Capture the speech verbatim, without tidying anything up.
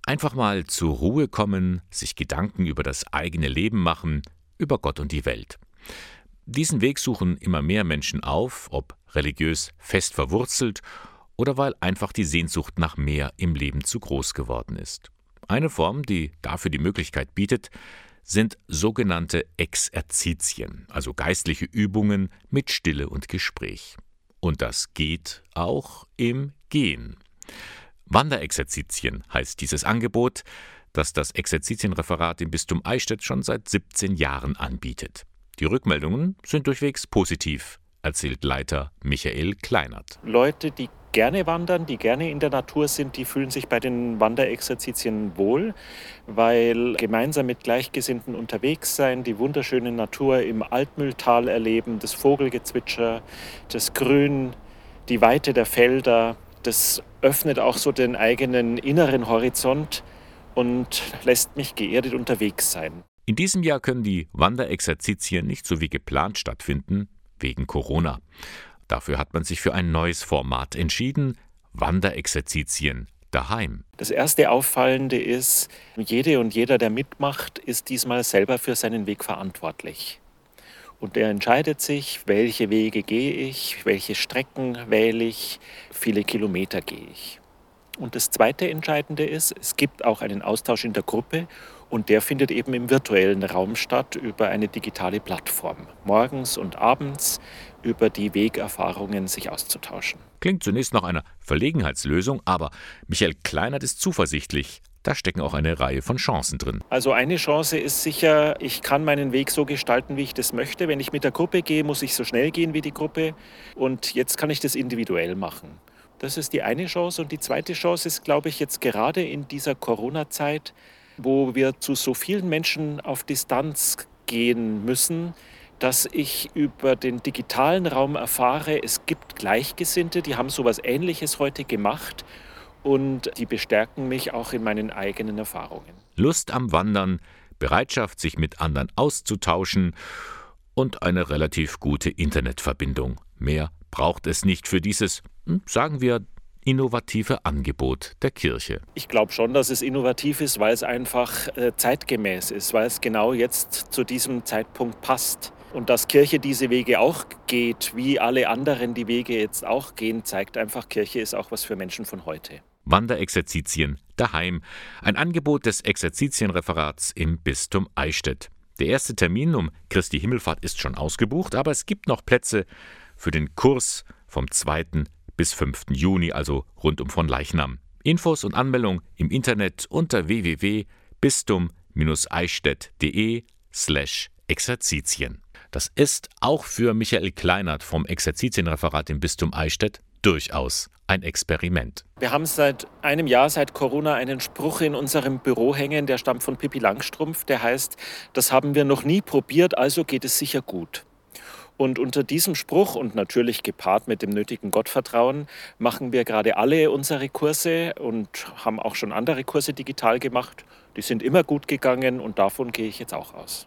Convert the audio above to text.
Einfach mal zur Ruhe kommen, sich Gedanken über das eigene Leben machen, über Gott und die Welt. Diesen Weg suchen immer mehr Menschen auf, ob religiös fest verwurzelt oder weil einfach die Sehnsucht nach mehr im Leben zu groß geworden ist. Eine Form, die dafür die Möglichkeit bietet, sind sogenannte Exerzitien, also geistliche Übungen mit Stille und Gespräch. Und das geht auch im Gehen. Wanderexerzitien heißt dieses Angebot, das das Exerzitienreferat im Bistum Eichstätt schon seit siebzehn Jahren anbietet. Die Rückmeldungen sind durchwegs positiv, erzählt Leiter Michael Kleinert. Leute, die gerne wandern, die gerne in der Natur sind, die fühlen sich bei den Wanderexerzitien wohl, weil gemeinsam mit Gleichgesinnten unterwegs sein, die wunderschöne Natur im Altmühltal erleben, das Vogelgezwitscher, das Grün, die Weite der Felder, das öffnet auch so den eigenen inneren Horizont und lässt mich geerdet unterwegs sein. In diesem Jahr können die Wanderexerzitien nicht so wie geplant stattfinden, wegen Corona. Dafür hat man sich für ein neues Format entschieden: Wanderexerzitien daheim. Das erste Auffallende ist, jede und jeder, der mitmacht, ist diesmal selber für seinen Weg verantwortlich. Und er entscheidet sich, welche Wege gehe ich, welche Strecken wähle ich, viele Kilometer gehe ich. Und das zweite Entscheidende ist, es gibt auch einen Austausch in der Gruppe und der findet eben im virtuellen Raum statt über eine digitale Plattform. Morgens und abends über die Wegerfahrungen sich auszutauschen. Klingt zunächst nach einer Verlegenheitslösung, aber Michael Kleinert ist zuversichtlich. Da stecken auch eine Reihe von Chancen drin. Also eine Chance ist sicher, ich kann meinen Weg so gestalten, wie ich das möchte. Wenn ich mit der Gruppe gehe, muss ich so schnell gehen wie die Gruppe. Und jetzt kann ich das individuell machen. Das ist die eine Chance. Und die zweite Chance ist, glaube ich, jetzt gerade in dieser Corona-Zeit, wo wir zu so vielen Menschen auf Distanz gehen müssen, dass ich über den digitalen Raum erfahre, es gibt Gleichgesinnte, die haben sowas Ähnliches heute gemacht und die bestärken mich auch in meinen eigenen Erfahrungen. Lust am Wandern, Bereitschaft, sich mit anderen auszutauschen und eine relativ gute Internetverbindung. Mehr braucht es nicht für dieses, sagen wir, innovative Angebot der Kirche. Ich glaube schon, dass es innovativ ist, weil es einfach äh, zeitgemäß ist, weil es genau jetzt zu diesem Zeitpunkt passt. Und dass Kirche diese Wege auch geht, wie alle anderen die Wege jetzt auch gehen, zeigt einfach, Kirche ist auch was für Menschen von heute. Wanderexerzitien daheim, ein Angebot des Exerzitienreferats im Bistum Eichstätt. Der erste Termin um Christi Himmelfahrt ist schon ausgebucht, aber es gibt noch Plätze für den Kurs vom zweiten bis fünften Juni, also rund um Fronleichnam. Infos und Anmeldung im Internet unter w w w punkt bistum eichstätt punkt de slash Exerzitien. Das ist auch für Michael Kleinert vom Exerzitienreferat im Bistum Eichstätt durchaus ein Experiment. Wir haben seit einem Jahr, seit Corona, einen Spruch in unserem Büro hängen, der stammt von Pippi Langstrumpf, der heißt, das haben wir noch nie probiert, also geht es sicher gut. Und unter diesem Spruch und natürlich gepaart mit dem nötigen Gottvertrauen machen wir gerade alle unsere Kurse und haben auch schon andere Kurse digital gemacht. Die sind immer gut gegangen und davon gehe ich jetzt auch aus.